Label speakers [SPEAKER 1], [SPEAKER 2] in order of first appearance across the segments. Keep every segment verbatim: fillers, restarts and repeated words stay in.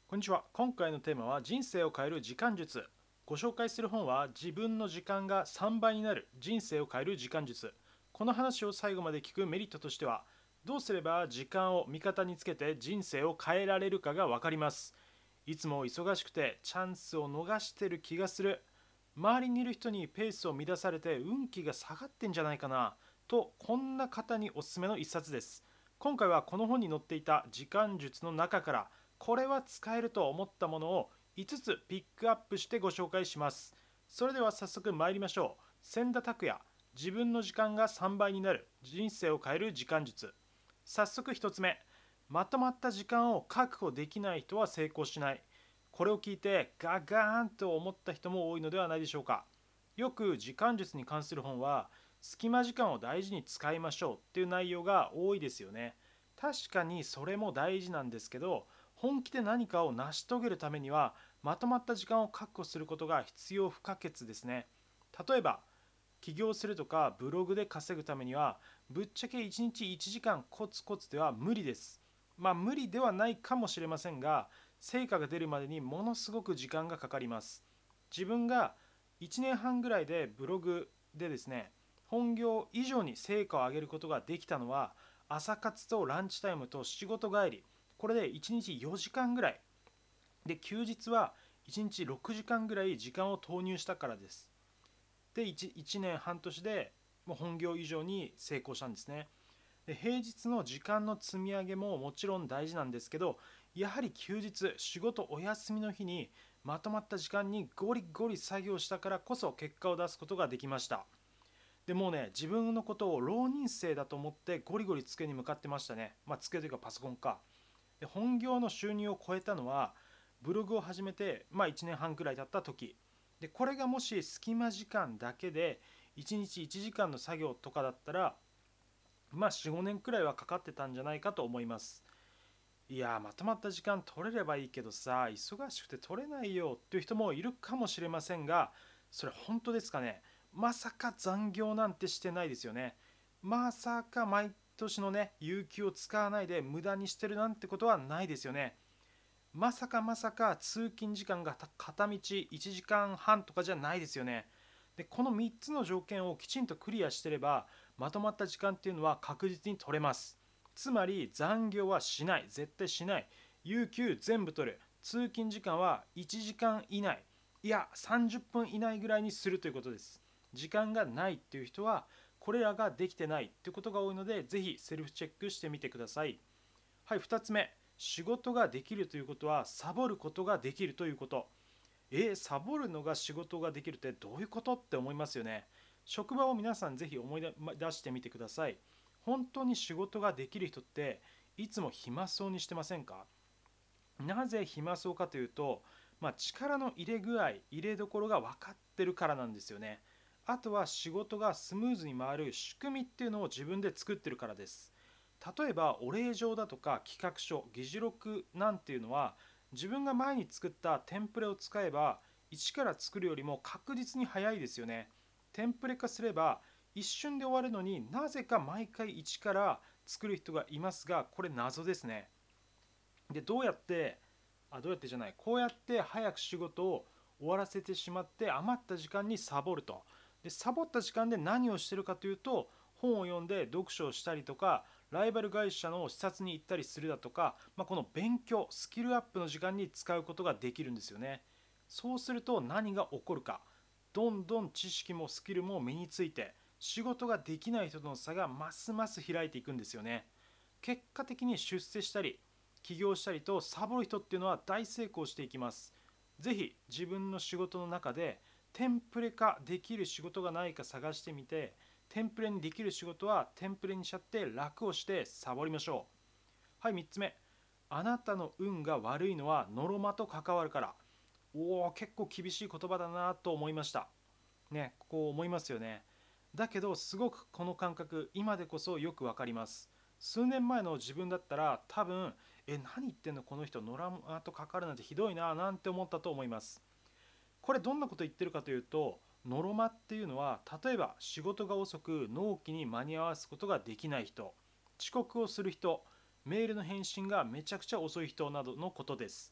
[SPEAKER 1] こんにちは。今回のテーマは人生を変える時間術。ご紹介する本は自分の時間がさんばいになる人生を変える時間術。この話を最後まで聞くメリットとしては、どうすれば時間を味方につけて人生を変えられるかがわかります。いつも忙しくてチャンスを逃してる気がする。周りにいる人にペースを乱されて運気が下がってんじゃないかなと、こんな方におすすめの一冊です。今回はこの本に載っていた時間術の中から、これは使えると思ったものをいつつピックアップしてご紹介します。それでは早速参りましょう。千田拓也、自分の時間がさんばいになる人生を変える時間術。早速ひとつめ、まとまった時間を確保できない人は成功しない。これを聞いてガガーンと思った人も多いのではないでしょうか。よく時間術に関する本は、隙間時間を大事に使いましょうっていう内容が多いですよね。確かにそれも大事なんですけど、本気で何かを成し遂げるためにはまとまった時間を確保することが必要不可欠ですね。例えば起業するとかブログで稼ぐためには、ぶっちゃけいちにちいちじかんコツコツでは無理です。まあ無理ではないかもしれませんが、成果が出るまでにものすごく時間がかかります。自分がいちねんはんぐらいでブログでですね、本業以上に成果を上げることができたのは、朝活とランチタイムと仕事帰り、これでいちにちよじかんぐらいで、休日はいちにちろくじかんぐらい時間を投入したからです。で 1, いちねんはん年でもう本業以上に成功したんですね。で平日の時間の積み上げももちろん大事なんですけど、やはり休日仕事お休みの日にまとまった時間にゴリゴリ作業したからこそ結果を出すことができました。でもうね、自分のことを浪人生だと思ってゴリゴリ机に向かってましたね。まあ机というかパソコンか。で本業の収入を超えたのはブログを始めて、まあ、いちねんはんくらい経った時で、これがもし隙間時間だけでいちにちいちじかんの作業とかだったら、まあよん、ごねんくらいはかかってたんじゃないかと思います。いやー、まとまった時間取れればいいけどさ、忙しくて取れないよっていう人もいるかもしれませんが、それ本当ですかね。まさか残業なんてしてないですよね。まさか毎年のね有給を使わないで無駄にしてるなんてことはないですよね。まさかまさか通勤時間が片道いちじかんはんとかじゃないですよね。でこのみっつの条件をきちんとクリアしてれば、まとまった時間っていうのは確実に取れます。つまり残業はしない、絶対しない、有給全部取る、通勤時間はいちじかん以内、いやさんじゅっぷん以内ぐらいにするということです。時間がないっていう人はこれらができてないっていうことが多いので、ぜひセルフチェックしてみてください。はい、ふたつめ、仕事ができるということはサボることができるということ。えー、サボるのが仕事ができるってどういうことって思いますよね。職場を皆さんぜひ思い出してみてください。本当に仕事ができる人っていつも暇そうにしてませんか？なぜ暇そうかというと、まあ、力の入れ具合、入れどころが分かってるからなんですよね。あとは仕事がスムーズに回る仕組みっていうのを自分で作ってるからです。例えばお礼状だとか企画書、議事録なんていうのは、自分が前に作ったテンプレを使えば一から作るよりも確実に早いですよね。テンプレ化すれば一瞬で終わるのに、なぜか毎回一から作る人がいますが、これ謎ですね。でどうやってあどうやってじゃないこうやって早く仕事を終わらせてしまって余った時間にサボると。でサボった時間で何をしてるかというと、本を読んで読書をしたりとか、ライバル会社の視察に行ったりするだとか、まあ、この勉強スキルアップの時間に使うことができるんですよね。そうすると何が起こるか、どんどん知識もスキルも身について、仕事ができない人との差がますます開いていくんですよね。結果的に出世したり起業したりとサボる人っていうのは大成功していきます。ぜひ自分の仕事の中でテンプレ化できる仕事がないか探してみて、テンプレにできる仕事はテンプレにしちゃって楽をしてサボりましょう。はい、みっつめ、あなたの運が悪いのはノロマと関わるから。おお、結構厳しい言葉だなと思いましたね。こう思いますよね。だけどすごくこの感覚今でこそよくわかります。数年前の自分だったら多分、え何言ってんのこの人、ノラマとかかるなんてひどいななんて思ったと思います。これどんなこと言ってるかというと、ノロマっていうのは例えば仕事が遅く納期に間に合わすことができない人、遅刻をする人、メールの返信がめちゃくちゃ遅い人などのことです。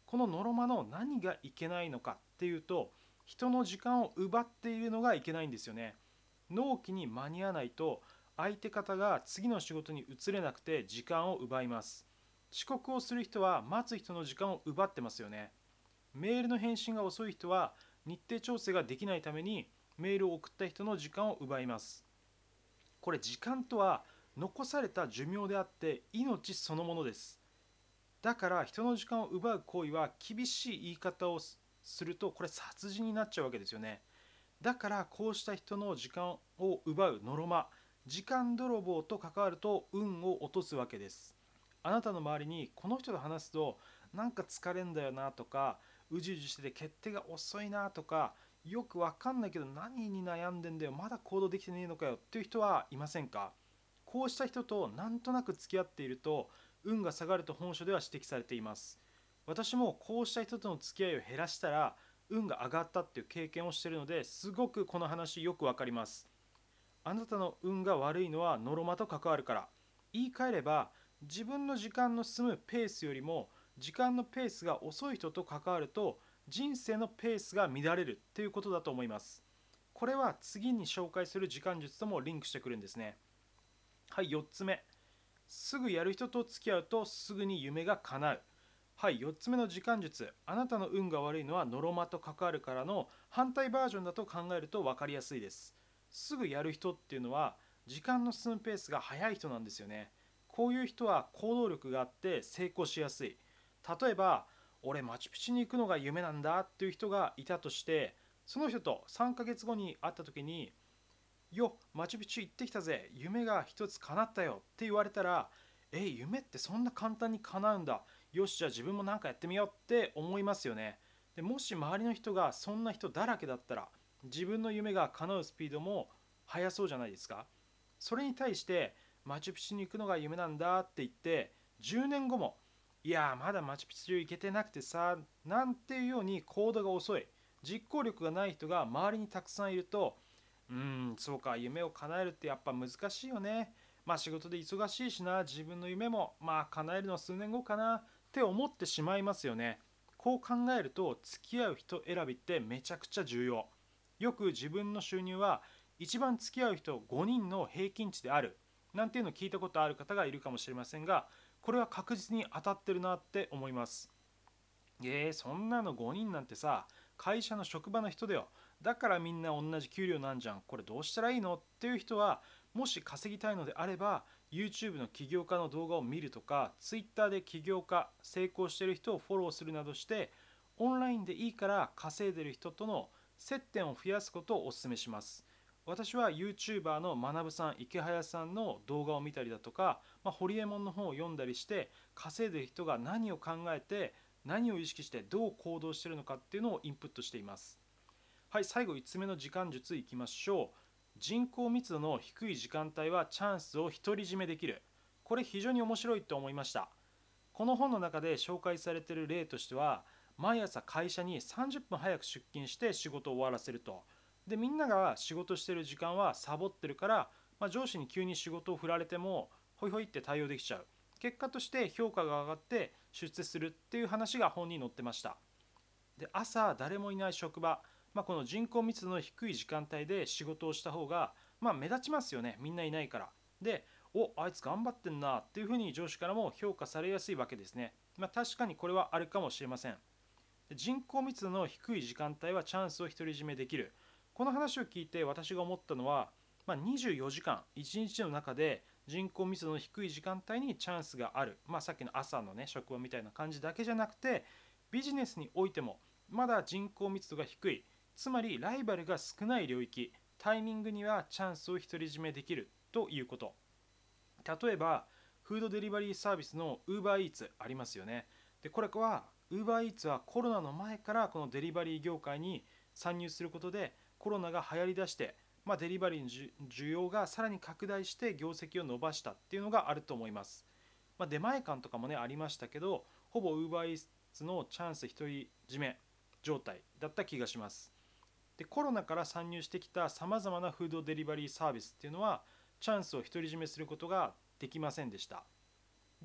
[SPEAKER 1] このノロマの何がいけないのかっていうと、人の時間を奪っているのがいけないんですよね。納期に間に合わないと相手方が次の仕事に移れなくて時間を奪います。遅刻をする人は待つ人の時間を奪ってますよね。メールの返信が遅い人は日程調整ができないためにメールを送った人の時間を奪います。これ時間とは残された寿命であって命そのものです。だから人の時間を奪う行為は厳しい言い方をするとこれ殺人になっちゃうわけですよね。だからこうした人の時間を奪うノロマ、時間泥棒と関わると運を落とすわけです。あなたの周りにこの人と話すとなんか疲れんだよなとか、うじうじしてて決定が遅いなとか、よくわかんないけど何に悩んでんだよ、まだ行動できてねえのかよっていう人はいませんか？こうした人となんとなく付き合っていると運が下がると本書では指摘されています。私もこうした人との付き合いを減らしたら運が上がったっていう経験をしているので、すごくこの話よくわかります。あなたの運が悪いのはノロマと関わるから。言い換えれば、自分の時間の進むペースよりも時間のペースが遅い人と関わると人生のペースが乱れるっていうことだと思います。これは次に紹介する時間術ともリンクしてくるんですね。はい、よっつめ。すぐやる人と付き合うとすぐに夢が叶う。はい、よっつめの時間術。あなたの運が悪いのはノロマと関わるからの反対バージョンだと考えると分かりやすいです。すぐやる人っていうのは時間の進むペースが速い人なんですよね。こういう人は行動力があって成功しやすい。例えば、俺マチュピチュに行くのが夢なんだっていう人がいたとして、その人とさんかげつごに会った時に、よ、マチュピチュ行ってきたぜ、夢が一つ叶ったよって言われたら、え、夢ってそんな簡単に叶うんだ。よし、じゃあ自分も何かやってみようって思いますよね。でもし周りの人がそんな人だらけだったら、自分の夢が叶うスピードも速そうじゃないですか。それに対して、マチュピチュに行くのが夢なんだって言って、じゅうねんごも、いや、まだマチュピチュ行けてなくてさ、なんていうように行動が遅い、実行力がない人が周りにたくさんいると、うーん、そうか、夢を叶えるってやっぱ難しいよね。まあ仕事で忙しいしな、自分の夢もまあ叶えるのは数年後かなって思ってしまいますよね。こう考えると付き合う人選びってめちゃくちゃ重要。よく自分の収入は一番付き合う人ごにんの平均値であるなんていうのを聞いたことある方がいるかもしれませんが、これは確実に当たってるなって思います。えー、そんなのごにんなんてさ、会社の職場の人だよ。だからみんな同じ給料なんじゃん。これどうしたらいいのっていう人は、もし稼ぎたいのであれば、YouTube の起業家の動画を見るとか、Twitter で起業家、成功している人をフォローするなどして、オンラインでいいから稼いでる人との接点を増やすことをお勧めします。私は YouTuber の学さん、池早さんの動画を見たりだとか、まあ、ホリエモンの本を読んだりして、稼いでる人が何を考えて、何を意識してどう行動しているのかっていうのをインプットしています。はい、最後いつつめの時間術いきましょう。人口密度の低い時間帯はチャンスを独り占めできる。これ非常に面白いと思いました。この本の中で紹介されている例としては、毎朝会社にさんじゅっぷん早く出勤して仕事を終わらせると。で、みんなが仕事してる時間はサボってるから、まあ、上司に急に仕事を振られても、ホイホイって対応できちゃう。結果として評価が上がって出世するっていう話が本に載ってました。で、朝誰もいない職場、まあ、この人口密度の低い時間帯で仕事をした方が、まあ、目立ちますよね。みんないないから。で、お、あいつ頑張ってんなっていうふうに上司からも評価されやすいわけですね。まあ、確かにこれはあるかもしれません。人口密度の低い時間帯はチャンスを独り占めできる。この話を聞いて私が思ったのは、まあ、にじゅうよじかんいちにちの中で人口密度の低い時間帯にチャンスがある、まあ、さっきの朝のね職場みたいな感じだけじゃなくて、ビジネスにおいてもまだ人口密度が低い、つまりライバルが少ない領域、タイミングにはチャンスを独り占めできるということ。例えばフードデリバリーサービスの UberEats ありますよね。でこれは UberEats はコロナの前からこのデリバリー業界に参入することで、コロナが流行りだして、まあ、デリバリーの需要がさらに拡大して業績を伸ばしたっていうのがあると思います。まあ、出前館とかもねありましたけど、ほぼ UberEats のチャンス独り占め状態だった気がします。でコロナから参入してきたさまざまなフードデリバリーサービスっていうのはチャンスを独り占めすることができませんでした。で、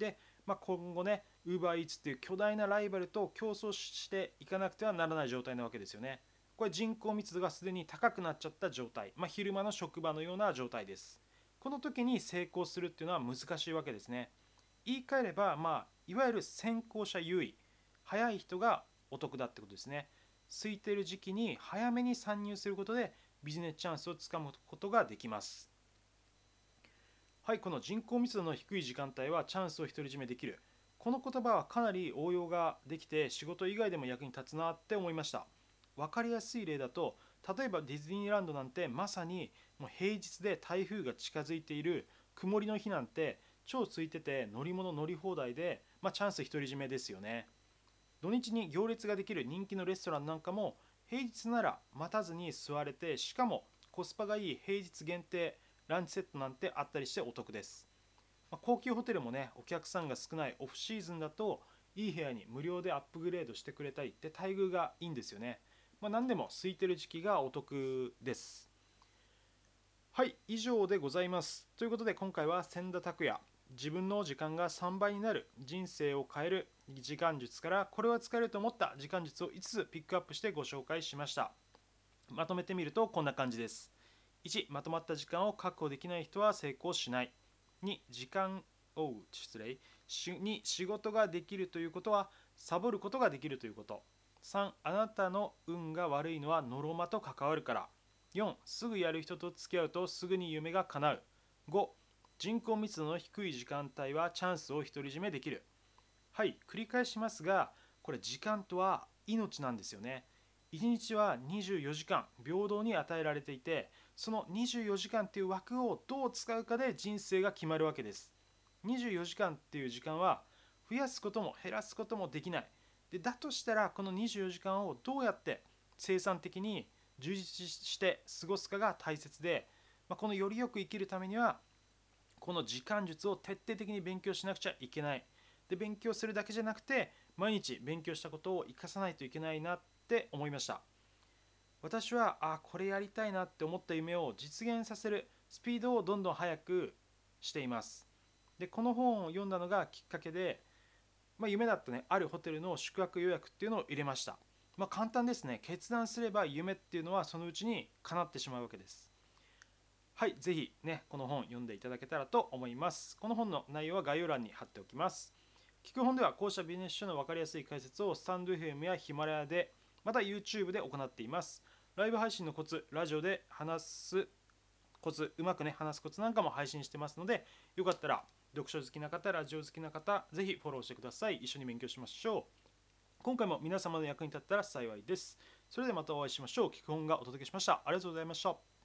[SPEAKER 1] まあ、今後ね UberEats っていう巨大なライバルと競争していかなくてはならない状態なわけですよね。これ人口密度がすでに高くなっちゃった状態、まあ、昼間の職場のような状態です。この時に成功するっていうのは難しいわけですね。言い換えれば、まあ、いわゆる先行者優位、早い人がお得だってことですね。空いている時期に早めに参入することでビジネスチャンスをつかむことができます。はい、この人口密度の低い時間帯はチャンスを独り占めできる。この言葉はかなり応用ができて仕事以外でも役に立つなって思いました。分かりやすい例だと、例えばディズニーランドなんてまさにもう平日で台風が近づいている曇りの日なんて超空いてて乗り物乗り放題で、まあ、チャンス独り占めですよね。土日に行列ができる人気のレストランなんかも平日なら待たずに座れて、しかもコスパがいい平日限定ランチセットなんてあったりしてお得です。まあ、高級ホテルもねお客さんが少ないオフシーズンだといい部屋に無料でアップグレードしてくれたりって待遇がいいんですよね。まあ、何でも空いてる時期がお得です。はい、以上でございます。ということで今回は千田拓也、自分の時間がさんばいになる人生を変える時間術からこれは使えると思った時間術をいつつピックアップしてご紹介しました。まとめてみるとこんな感じです。いち、まとまった時間を確保できない人は成功しない。に、時間を失礼に仕事ができるということはサボることができるということ。さん、あなたの運が悪いのはノロマと関わるから。よん、すぐやる人と付き合うとすぐに夢が叶う。ご、人口密度の低い時間帯はチャンスを独り占めできる。はい、繰り返しますが、これ時間とは命なんですよね。いちにちはにじゅうよじかん平等に与えられていて、そのにじゅうよじかんっていう枠をどう使うかで人生が決まるわけです。にじゅうよじかんっていう時間は増やすことも減らすこともできない。でだとしたらこのにじゅうよじかんをどうやって生産的に充実して過ごすかが大切で、まあ、このよりよく生きるためにはこの時間術を徹底的に勉強しなくちゃいけない。で勉強するだけじゃなくて毎日勉強したことを生かさないといけないなって思いました。私はあこれやりたいなって思った夢を実現させるスピードをどんどん速くしています。でこの本を読んだのがきっかけで、まあ、夢だったねあるホテルの宿泊予約っていうのを入れました。まあ、簡単ですね。決断すれば夢っていうのはそのうちに叶ってしまうわけです。はい、ぜひね、この本読んでいただけたらと思います。この本の内容は概要欄に貼っておきます。聞く本ではこうしたビジネス書の分かりやすい解説をスタンド エフエム やヒマラヤで、また YouTube で行っています。ライブ配信のコツ、ラジオで話すコツ、うまくね、話すコツなんかも配信してますので、よかったら読書好きな方、ラジオ好きな方、ぜひフォローしてください。一緒に勉強しましょう。今回も皆様の役に立ったら幸いです。それではまたお会いしましょう。聞く本がお届けしました。ありがとうございました。